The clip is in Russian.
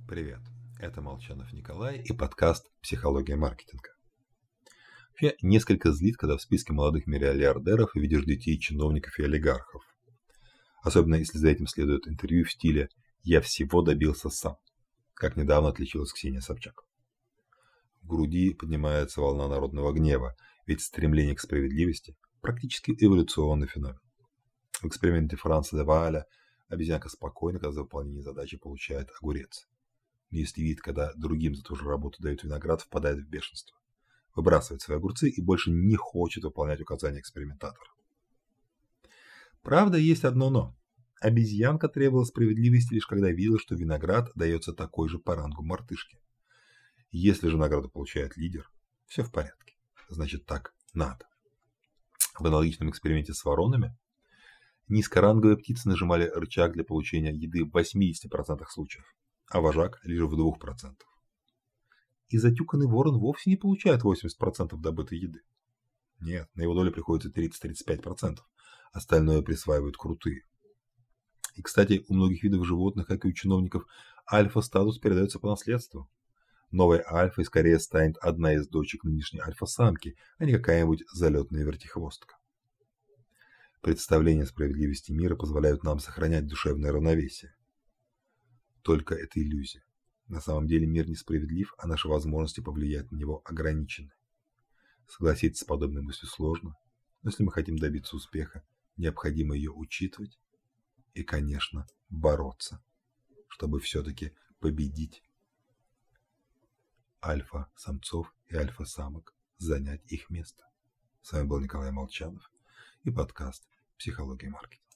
Привет, это Молчанов Николай и подкаст «Психология маркетинга». Вообще, несколько злит, когда в списке молодых миллиардеров видишь детей чиновников и олигархов. Особенно если за этим следует интервью в стиле «я всего добился сам», как недавно отличилась Ксения Собчак. В груди поднимается волна народного гнева, ведь стремление к справедливости – практически эволюционный феномен. В эксперименте Франца де Вааля обезьянка спокойно, когда за выполнение задачи получает огурец. Если видит, когда другим за ту же работу дают виноград, впадает в бешенство. Выбрасывает свои огурцы и больше не хочет выполнять указания экспериментатора. Правда, есть одно «но». Обезьянка требовала справедливости лишь когда видела, что виноград дается такой же по рангу мартышке. Если же награду получает лидер, все в порядке. Значит, так надо. В аналогичном эксперименте с воронами низкоранговые птицы нажимали рычаг для получения еды в 80% случаев, а вожак лишь в 2%. И затюканный ворон вовсе не получает 80% добытой еды. Нет, на его долю приходится 30-35%, остальное присваивают крутые. И, кстати, у многих видов животных, как и у чиновников, альфа-статус передается по наследству. Новой альфой скорее станет одна из дочек нынешней альфа-самки, а не какая-нибудь залетная вертихвостка. Представления о справедливости мира позволяют нам сохранять душевное равновесие. Только это иллюзия. На самом деле мир несправедлив, а наши возможности повлиять на него ограничены. Согласиться с подобной мыслью сложно, но если мы хотим добиться успеха, необходимо ее учитывать и, конечно, бороться, чтобы все-таки победить альфа-самцов и альфа-самок, занять их место. С вами был Николай Молчанов и подкаст «Психология маркетинга».